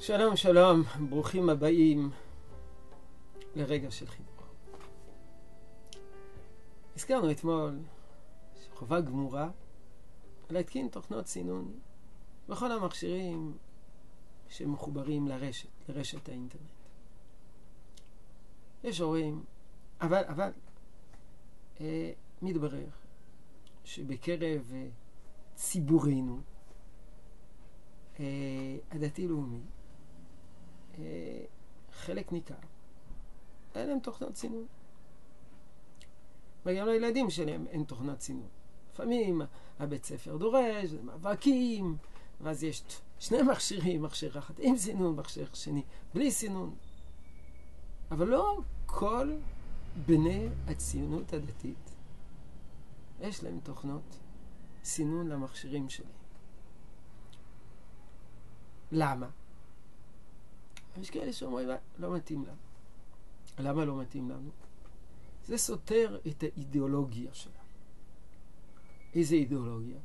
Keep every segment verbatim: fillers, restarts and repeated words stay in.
שלום שלום, ברוכים הבאים לרגע של חיבור. הזכרנו אתמול שחובה גמורה להתקין תוכנות סינון בכל המכשירים שמחוברים לרשת, לרשת האינטרנט. יש הורים, אבל, אבל, אה, מתברר שבקרב אה, ציבורנו אה, הדתי-לאומי, אה, חלק ניכר, אין להם תוכנות סינון. וגם לילדים שלהם אין תוכנת סינון. לפעמים הבית ספר דורש, מאבקים, ואז יש שני מכשירים, מכשיר אחד עם סינון, מכשיר שני בלי סינון. אבל לא כל בני הציונות הדתית יש להם תוכנות סינון למכשירים שלהם. למה? יש כאלה שאומרים, לא מתאים לנו. למה לא מתאים לנו? זה סותר את האידיאולוגיה שלנו. איזה אידיאולוגיה?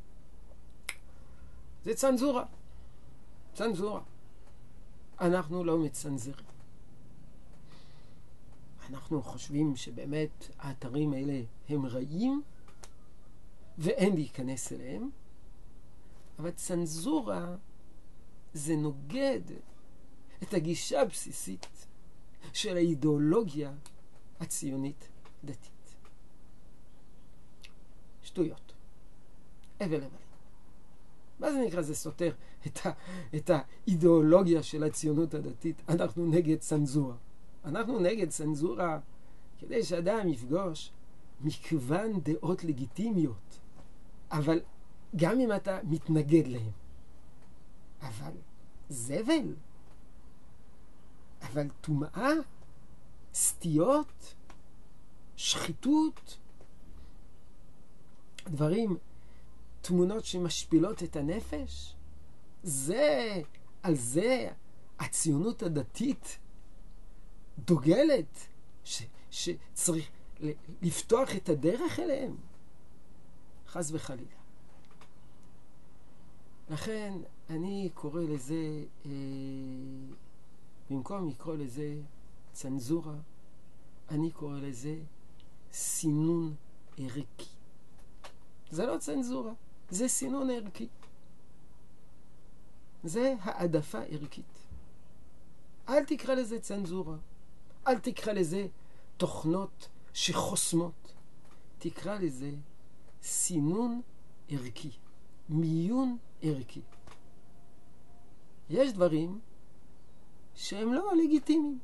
זה צנזורה. צנזורה. אנחנו לא מצנזרים. אנחנו חושבים שבאמת האתרים האלה הם רעים ואין להיכנס אליהם, אבל צנזורה זה נוגד את הגישה הבסיסית של האידיאולוגיה הציונית דתית. שטויות. אבל אבל. מה זה נקרא? זה סותר את, ה, את האידיאולוגיה של הציונות הדתית. אנחנו נגד צנזורה. אנחנו נגד צנזורה כדי שאדם יפגוש מגוון דעות לגיטימיות, אבל גם אם אתה מתנגד להם. אבל זבל, אבל טומאה, סטיות, שחיתות, דברים, תמונות שמשפילות את הנפש, זה, על זה הציונות הדתית דוגלת, ש, שצריך לפתוח את הדרך אליהם. חס וחלילה. לכן אני קורא לזה, אה, במקום לקרוא לזה צנזורה, אני קורא לזה סינון ערכי. זה לא צנזורה, זה סינון ערכי. זה העדפה ערכית. אל תקרא לזה צנזורה. אל תקרא לזה תוכנות שחוסמות. תקרא לזה סינון ערכי. מיון ערכי. יש דברים שהם לא לגיטימיים.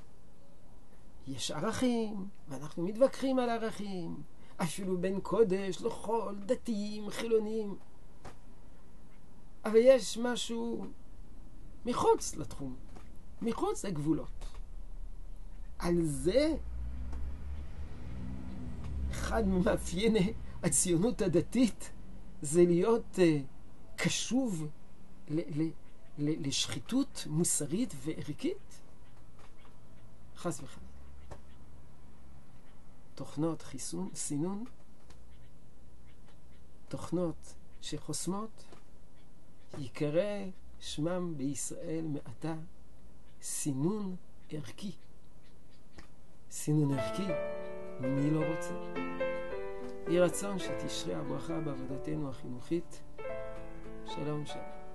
יש ערכים, ואנחנו מתווכחים על ערכים, אפילו בין קודש לחול, דתיים, חילונים. אבל יש משהו מחוץ לתחום, מחוץ לגבולות. על זה אחד ממאפייני הציונות הדתית זה להיות uh, קשוב ל- ל- ל- לשחיתות מוסרית וערכית. חס וחלילה. תוכנות חיסון, סינון, תוכנות שחוסמות, יקרא שמם בישראל מעתה סינון ערכי. סינון ערכי, מי לא רוצה? יהי רצון שתשרה הברכה בעבודתנו החינוכית. שלום שלום.